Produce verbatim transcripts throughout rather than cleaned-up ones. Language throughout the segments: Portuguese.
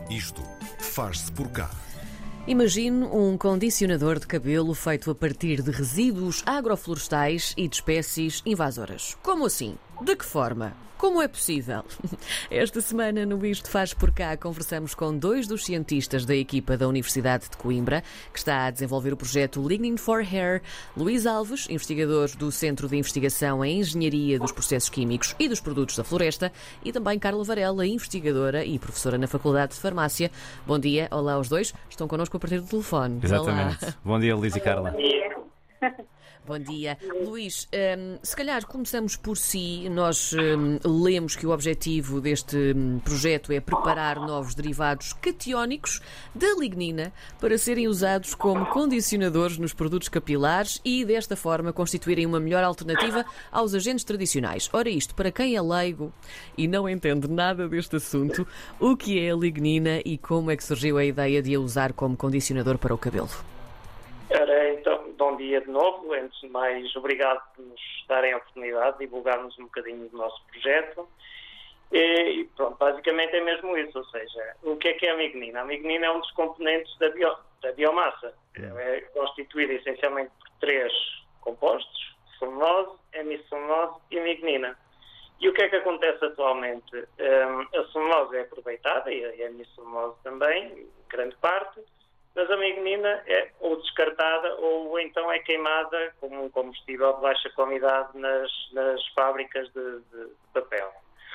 Isto faz-se por cá. Imagine um condicionador de cabelo feito a partir de resíduos agroflorestais e de espécies invasoras. Como assim? De que forma? Como é possível? Esta semana, no Isto Faz Por Cá, conversamos com dois dos cientistas da equipa da Universidade de Coimbra, que está a desenvolver o projeto Lignin for Hair, Luís Alves, investigador do Centro de Investigação em Engenharia dos Processos Químicos e dos Produtos da Floresta, e também Carla Varela, investigadora e professora na Faculdade de Farmácia. Bom dia, olá aos dois. Estão connosco a partir do telefone. Exatamente. Olá. Bom dia, Luís e Carla. Bom dia. Bom dia. Luís, um, se calhar começamos por si. Nós um, lemos que o objetivo deste um, projeto é preparar novos derivados catiónicos da lignina para serem usados como condicionadores nos produtos capilares e, desta forma, constituírem uma melhor alternativa aos agentes tradicionais. Ora, isto, para quem é leigo e não entende nada deste assunto, o que é a lignina e como é que surgiu a ideia de a usar como condicionador para o cabelo? Ora, então, bom dia de novo. Antes de mais, obrigado por nos darem a oportunidade de divulgarmos um bocadinho do nosso projeto. E, pronto, basicamente é mesmo isso, ou seja, o que é que é a lignina? A lignina é um dos componentes da, bio, da biomassa. É constituída essencialmente por três compostos: celulose, hemicelulose e lignina. E o que é que acontece atualmente? Um, a celulose é aproveitada, e a hemicelulose também, em grande parte, mas a lignina é ou descartada ou então é queimada como um combustível de baixa qualidade nas, nas fábricas de, de, de papel.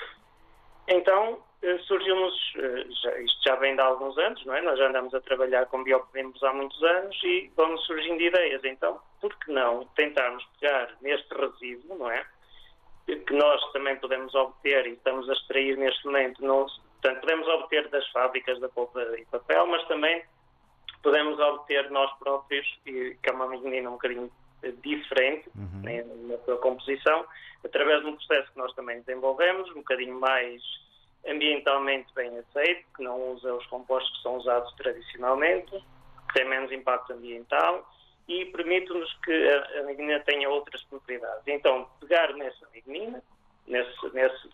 Então, surgiu-nos, já, isto já vem de há alguns anos, não é? Nós já andamos a trabalhar com biopolímeros há muitos anos e vão-nos surgindo ideias. Então, por que não tentarmos pegar neste resíduo, não é? Que nós também podemos obter e estamos a extrair neste momento, não, portanto, podemos obter das fábricas da polpa e papel, mas também podemos obter nós próprios, que é uma lignina um bocadinho diferente, uhum, né, na sua composição, através de um processo que nós também desenvolvemos, um bocadinho mais ambientalmente bem aceito, que não usa os compostos que são usados tradicionalmente, que tem menos impacto ambiental e permite-nos que a, a lignina tenha outras propriedades. Então, pegar nessa lignina, nesse, nesse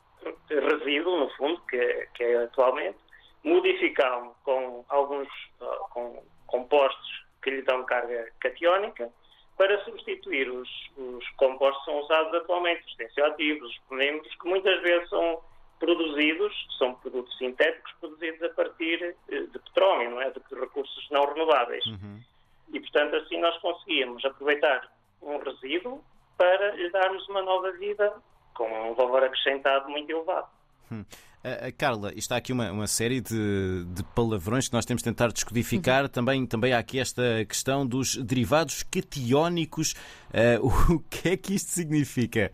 resíduo, no fundo, que é, que é atualmente, modificá-lo com alguns uh, com compostos que lhe dão carga catiónica para substituir os, os compostos que são usados atualmente, os tensioativos, os polímeros, que muitas vezes são produzidos, são produtos sintéticos produzidos a partir de petróleo, não é? De recursos não renováveis. Uhum. E, portanto, assim nós conseguíamos aproveitar um resíduo para lhe darmos uma nova vida com um valor acrescentado muito elevado. Hum. Uh, Carla, está aqui uma, uma série de, de palavrões que nós temos de tentar descodificar. Uhum. Também, também há aqui esta questão dos derivados catiónicos. Uh, o que é que isto significa?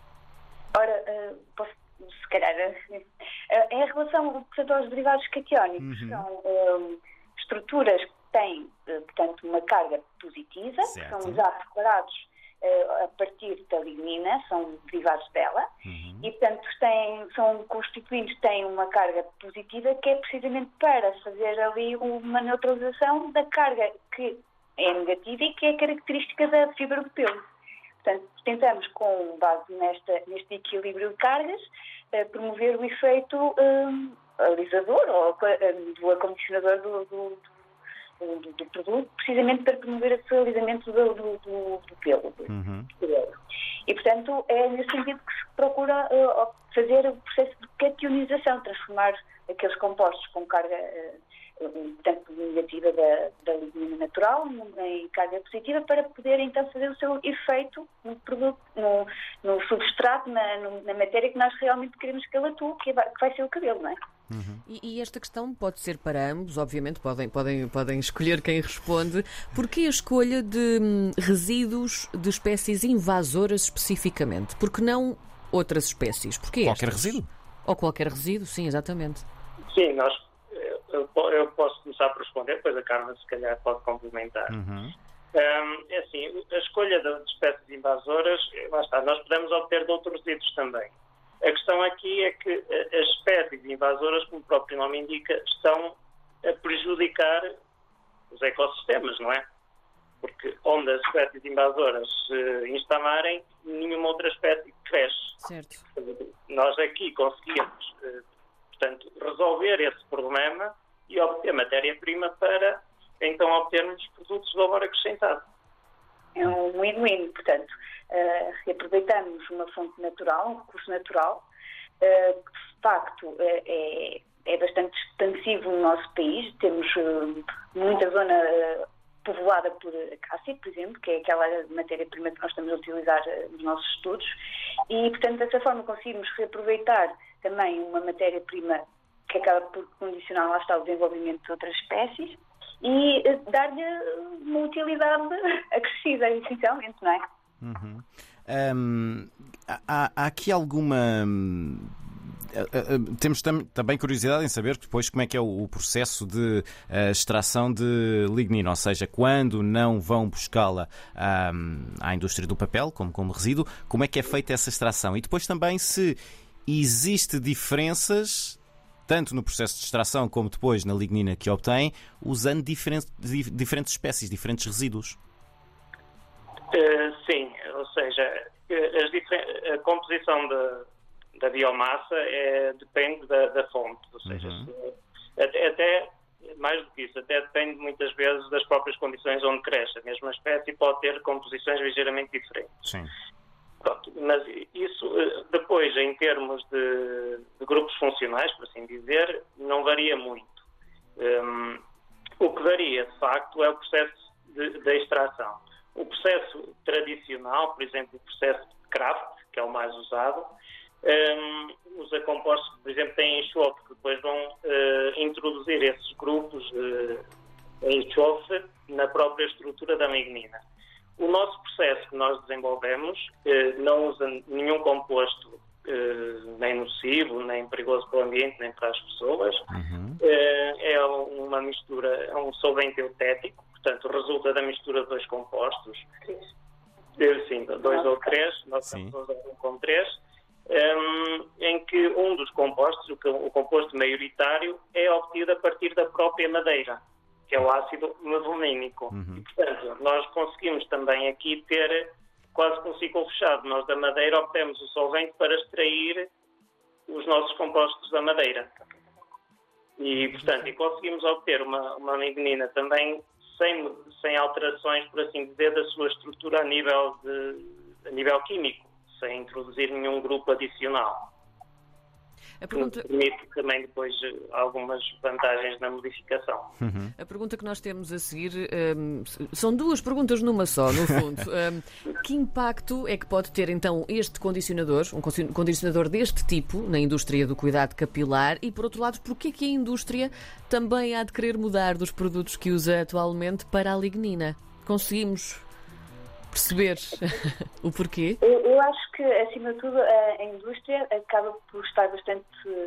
Ora, uh, posso, se calhar, uh, em relação portanto, aos derivados catiónicos, uhum, são uh, estruturas que têm, uh, portanto, uma carga positiva, certo, que são já preparados a partir da lignina, são derivados dela, uhum, e portanto têm, são constituintes, têm uma carga positiva que é precisamente para fazer ali uma neutralização da carga que é negativa e que é característica da fibra do pelo. Portanto, tentamos, com base nesta, neste equilíbrio de cargas, uh, promover o efeito um, alisador ou uh, do acondicionador do, do Do, do produto, precisamente para promover o seu alisamento do, do, do, do pelo. Uhum. E, portanto, é nesse sentido que se procura uh, fazer o processo de cationização, transformar aqueles compostos com carga uh, tanto negativa da, da lignina natural em carga positiva para poder, então, fazer o seu efeito no produto, no, no substrato, na, no, na matéria que nós realmente queremos que ele atue, que vai, que vai ser o cabelo, não é? Uhum. E, e esta questão pode ser para ambos, obviamente, podem, podem, podem escolher quem responde. Porquê a escolha de hum, resíduos de espécies invasoras especificamente? Porque não outras espécies? Porquê qualquer estas? resíduo? Ou qualquer resíduo, sim, exatamente. Sim, nós, eu, eu posso começar por responder, depois a Carla se calhar pode complementar. Uhum. Um, é assim, a escolha de espécies invasoras, lá está, nós podemos obter de outros resíduos também. A questão aqui é que as espécies invasoras, como o próprio nome indica, estão a prejudicar os ecossistemas, não é? Porque onde as espécies invasoras se instalarem, nenhuma outra espécie cresce. Certo. Nós aqui conseguimos portanto, resolver esse problema e obter matéria-prima para, então, obtermos produtos de valor acrescentado. É um win-win, portanto, uh, reaproveitamos uma fonte natural, um recurso natural, uh, que de facto uh, é, é bastante expansivo no nosso país. Temos uh, muita zona uh, povoada por acácia, por exemplo, que é aquela matéria-prima que nós estamos a utilizar uh, nos nossos estudos, e, portanto, dessa forma conseguimos reaproveitar também uma matéria-prima que acaba por condicionar, lá está, o desenvolvimento de outras espécies, e dar-lhe uma utilidade acrescida, essencialmente, não é? Uhum. Um, há, há aqui alguma... Temos tam, também curiosidade em saber depois como é que é o, o processo de uh, extração de lignina, ou seja, quando não vão buscá-la um, à indústria do papel, como, como resíduo, como é que é feita essa extração? E depois também se existe diferenças tanto no processo de extração como depois na lignina que obtém, usando diferentes, diferentes espécies, diferentes resíduos. Uh, sim, ou seja, as difer- a composição da, da biomassa é, depende da, da fonte, ou seja, uhum. se, até, até, mais do que isso, até depende muitas vezes das próprias condições onde cresce. A mesma espécie pode ter composições ligeiramente diferentes. Sim. Pronto, mas isso depois, em termos de, de grupos funcionais, por assim dizer, não varia muito. Um, o que varia, de facto, é o processo da extração. O processo tradicional, por exemplo, o processo de Kraft, que é o mais usado, um, usa compostos que, por exemplo, têm enxofre, que depois vão uh, introduzir esses grupos uh, em enxofre na própria estrutura da lignina. O nosso processo que nós desenvolvemos eh, não usa nenhum composto eh, nem nocivo, nem perigoso para o ambiente, nem para as pessoas. Uhum. Eh, é uma mistura, é um solvente eutético, portanto, resulta da mistura de dois compostos. Sim, dois ou três, nós estamos a usar um com três, um, em que um dos compostos, o, o composto maioritário, é obtido a partir da própria madeira, que é o ácido mesalínico. Uhum. E, portanto, nós conseguimos também aqui ter quase que um ciclo fechado. Nós da madeira obtemos o solvente para extrair os nossos compostos da madeira. E, portanto, e conseguimos obter uma, uma lignina também sem, sem alterações, por assim dizer, da sua estrutura a nível, de, a nível químico, sem introduzir nenhum grupo adicional. A pergunta... permite também depois algumas vantagens na modificação. Uhum. A pergunta que nós temos a seguir um, são duas perguntas numa só, no fundo. Um, que impacto é que pode ter então este condicionador, um condicionador deste tipo, na indústria do cuidado capilar? E por outro lado, porquê que a indústria também há de querer mudar dos produtos que usa atualmente para a lignina? Conseguimos perceber o porquê? Eu, eu acho que, acima de tudo, a, a indústria acaba por estar bastante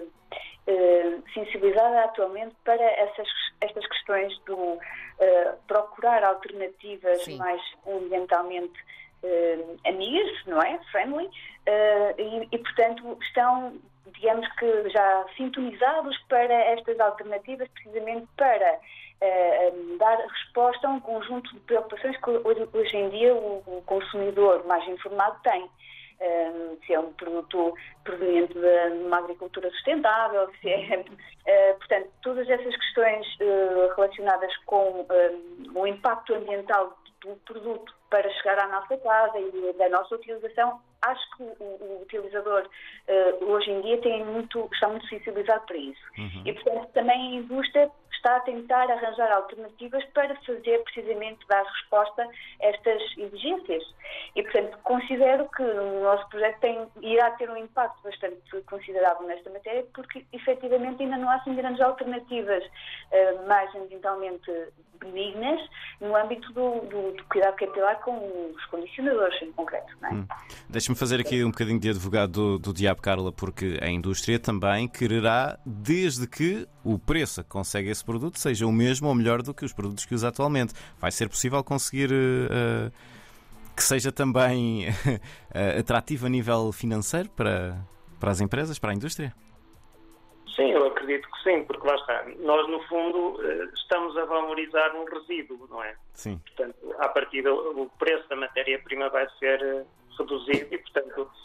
uh, sensibilizada atualmente para essas, estas questões do uh, procurar alternativas Sim. mais ambientalmente uh, amigas, não é? Friendly. Uh, e, e, portanto, estão, digamos que, já sintonizados para estas alternativas, precisamente para Uh, dar resposta a um conjunto de preocupações que hoje, hoje em dia o, o consumidor mais informado tem. Uh, se é um produto proveniente de uma agricultura sustentável, se é... Uh, portanto, todas essas questões uh, relacionadas com uh, o impacto ambiental do produto para chegar à nossa casa e da nossa utilização, acho que o, o utilizador uh, hoje em dia tem muito, está muito sensibilizado para isso. Uhum. E, portanto, também a indústria está a tentar arranjar alternativas para fazer, precisamente, dar resposta a estas exigências. E, portanto, considero que o nosso projeto tem, irá ter um impacto bastante considerável nesta matéria, porque, efetivamente, ainda não há assim grandes alternativas uh, mais ambientalmente benignas no âmbito do, do, do cuidado capilar com os condicionadores, em concreto. Não é? hum. Deixa-me fazer aqui um bocadinho de advogado do, do diabo, Carla, porque a indústria também quererá, desde que o preço que consegue esse produto seja o mesmo ou melhor do que os produtos que usa atualmente. Vai ser possível conseguir uh, que seja também uh, atrativo a nível financeiro para, para as empresas, para a indústria? Sim, eu acredito que sim, porque lá está. Nós, no fundo, estamos a valorizar um resíduo, não é? Sim. Portanto, à partida, o preço da matéria-prima vai ser reduzido e, portanto,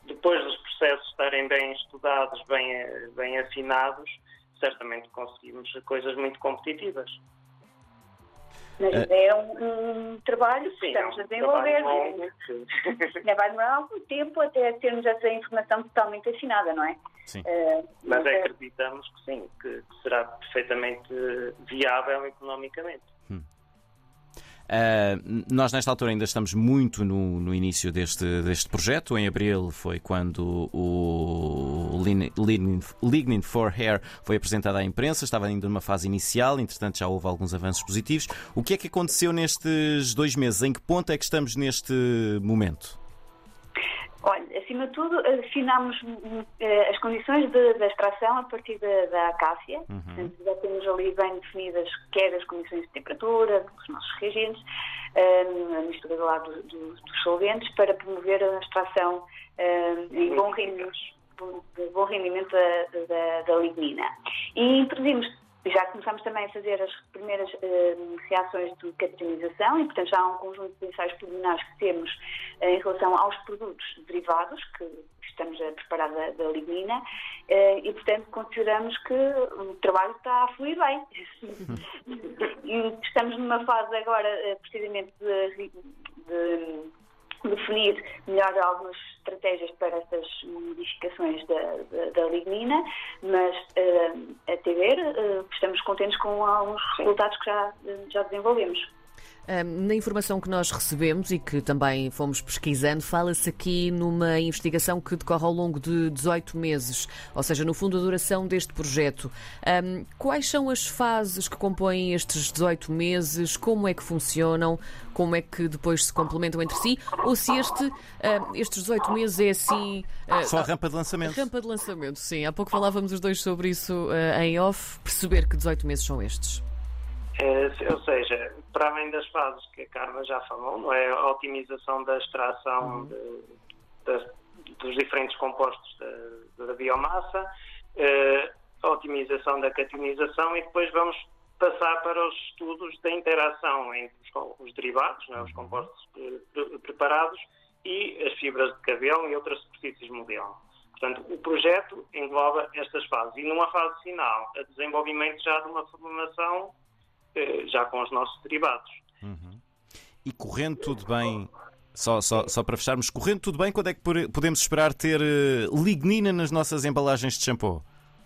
depois dos processos estarem bem estudados, bem, bem afinados, certamente conseguimos coisas muito competitivas. Mas é um, um trabalho que Sim, estamos é um a desenvolver. trabalho longo que- Vai demorar algum tempo até termos essa informação totalmente afinada, não é? Sim. Uh, Mas é- acreditamos que sim, que, que será perfeitamente viável economicamente. Uh, nós, nesta altura, ainda estamos muito no, no início deste, deste projeto. Em abril foi quando o Lignin for Hair foi apresentado à imprensa. Estava ainda numa fase inicial, entretanto já houve alguns avanços positivos. O que é que aconteceu nestes dois meses? Em que ponto é que estamos neste momento? Olha, acima de tudo, afinámos uh, as condições de, da extração a partir da, da acácia. Uhum. Portanto, já temos ali bem definidas quer as condições de temperatura, os nossos reagentes, uh, a mistura do lado do, do, dos solventes, para promover a extração uh, em bom rendimento, bom rendimento da, da, da lignina. E introduzimos, já começamos também a fazer as primeiras uh, reações de cationização e, portanto, já há um conjunto de ensaios preliminares que temos uh, em relação aos produtos derivados que estamos a preparar da, da lignina uh, e, portanto, consideramos que o trabalho está a fluir bem. E estamos numa fase agora, uh, precisamente, de, de definir melhor algumas estratégias para estas modificações da, da, da lignina, mas uh, a T ver, uh, estamos contentes com alguns resultados que já, já desenvolvemos. Na informação que nós recebemos e que também fomos pesquisando, fala-se aqui numa investigação que decorre ao longo de dezoito meses, ou seja, no fundo a duração deste projeto. Um, quais são as fases que compõem estes dezoito meses? Como é que funcionam? Como é que depois se complementam entre si? Ou se este, uh, estes dezoito meses é assim... Uh, Só a rampa de lançamento. Rampa de lançamento, sim. Há pouco falávamos os dois sobre isso uh, em off. Perceber que dezoito meses são estes. É, ou seja, para além das fases que a Carla já falou, não é? A otimização da extração de, de, dos diferentes compostos da, da biomassa, é, a otimização da cationização e depois vamos passar para os estudos da interação entre os, os derivados, não é? Os compostos pre, preparados e as fibras de cabelo e outras superfícies modelo. Portanto, o projeto engloba estas fases e numa fase final, a desenvolvimento já de uma formulação já com os nossos derivados. Uhum. E correndo tudo bem, só, só, só para fecharmos, correndo tudo bem, quando é que podemos esperar ter uh, lignina nas nossas embalagens de shampoo?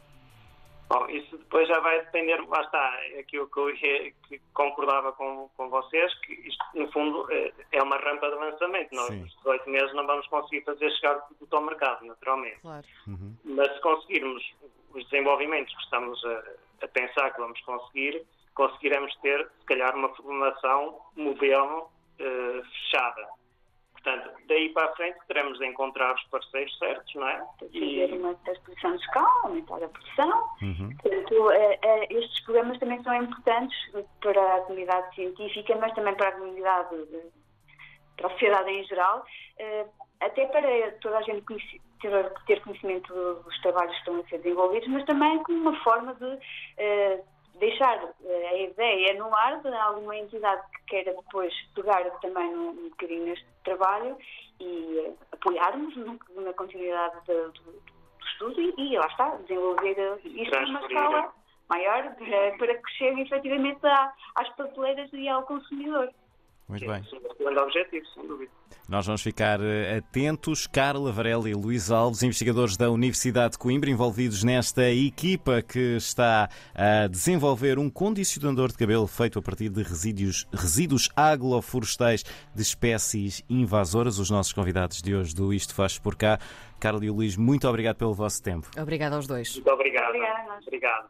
Bom, isso depois já vai depender, lá está, aquilo que eu que concordava com, com vocês, que isto, no fundo, é uma rampa de lançamento. Nós, nos dezoito meses, não vamos conseguir fazer chegar o produto ao mercado, naturalmente. Claro. Uhum. Mas se conseguirmos os desenvolvimentos que estamos a, a pensar que vamos conseguir, conseguiremos ter, se calhar, uma formulação modelo uh, fechada. Portanto, daí para a frente teremos de encontrar os parceiros certos, não é? E fazer uma exposição de escala, aumentar a produção. Uhum. Portanto, uh, uh, estes programas também são importantes para a comunidade científica, mas também para a comunidade, de, para a sociedade em geral, uh, até para toda a gente conhecer, ter, ter conhecimento dos trabalhos que estão a ser desenvolvidos, mas também como uma forma de... Uh, deixar a ideia no ar de alguma entidade que queira depois pegar também um, um bocadinho neste trabalho e apoiarmos no, na continuidade do, do, do estudo e, e lá está, desenvolver isto numa escala maior para, para que chegue efetivamente à, às prateleiras e ao consumidor. Muito bem. Sim, é o objetivo, sem dúvida. Nós vamos ficar atentos. Carla Varela e Luís Alves, investigadores da Universidade de Coimbra, envolvidos nesta equipa que está a desenvolver um condicionador de cabelo feito a partir de resíduos, resíduos agroflorestais de espécies invasoras. Os nossos convidados de hoje do Isto Faz Por Cá. Carla e o Luís, muito obrigado pelo vosso tempo. Obrigada aos dois. Muito obrigado. Obrigada. Obrigado.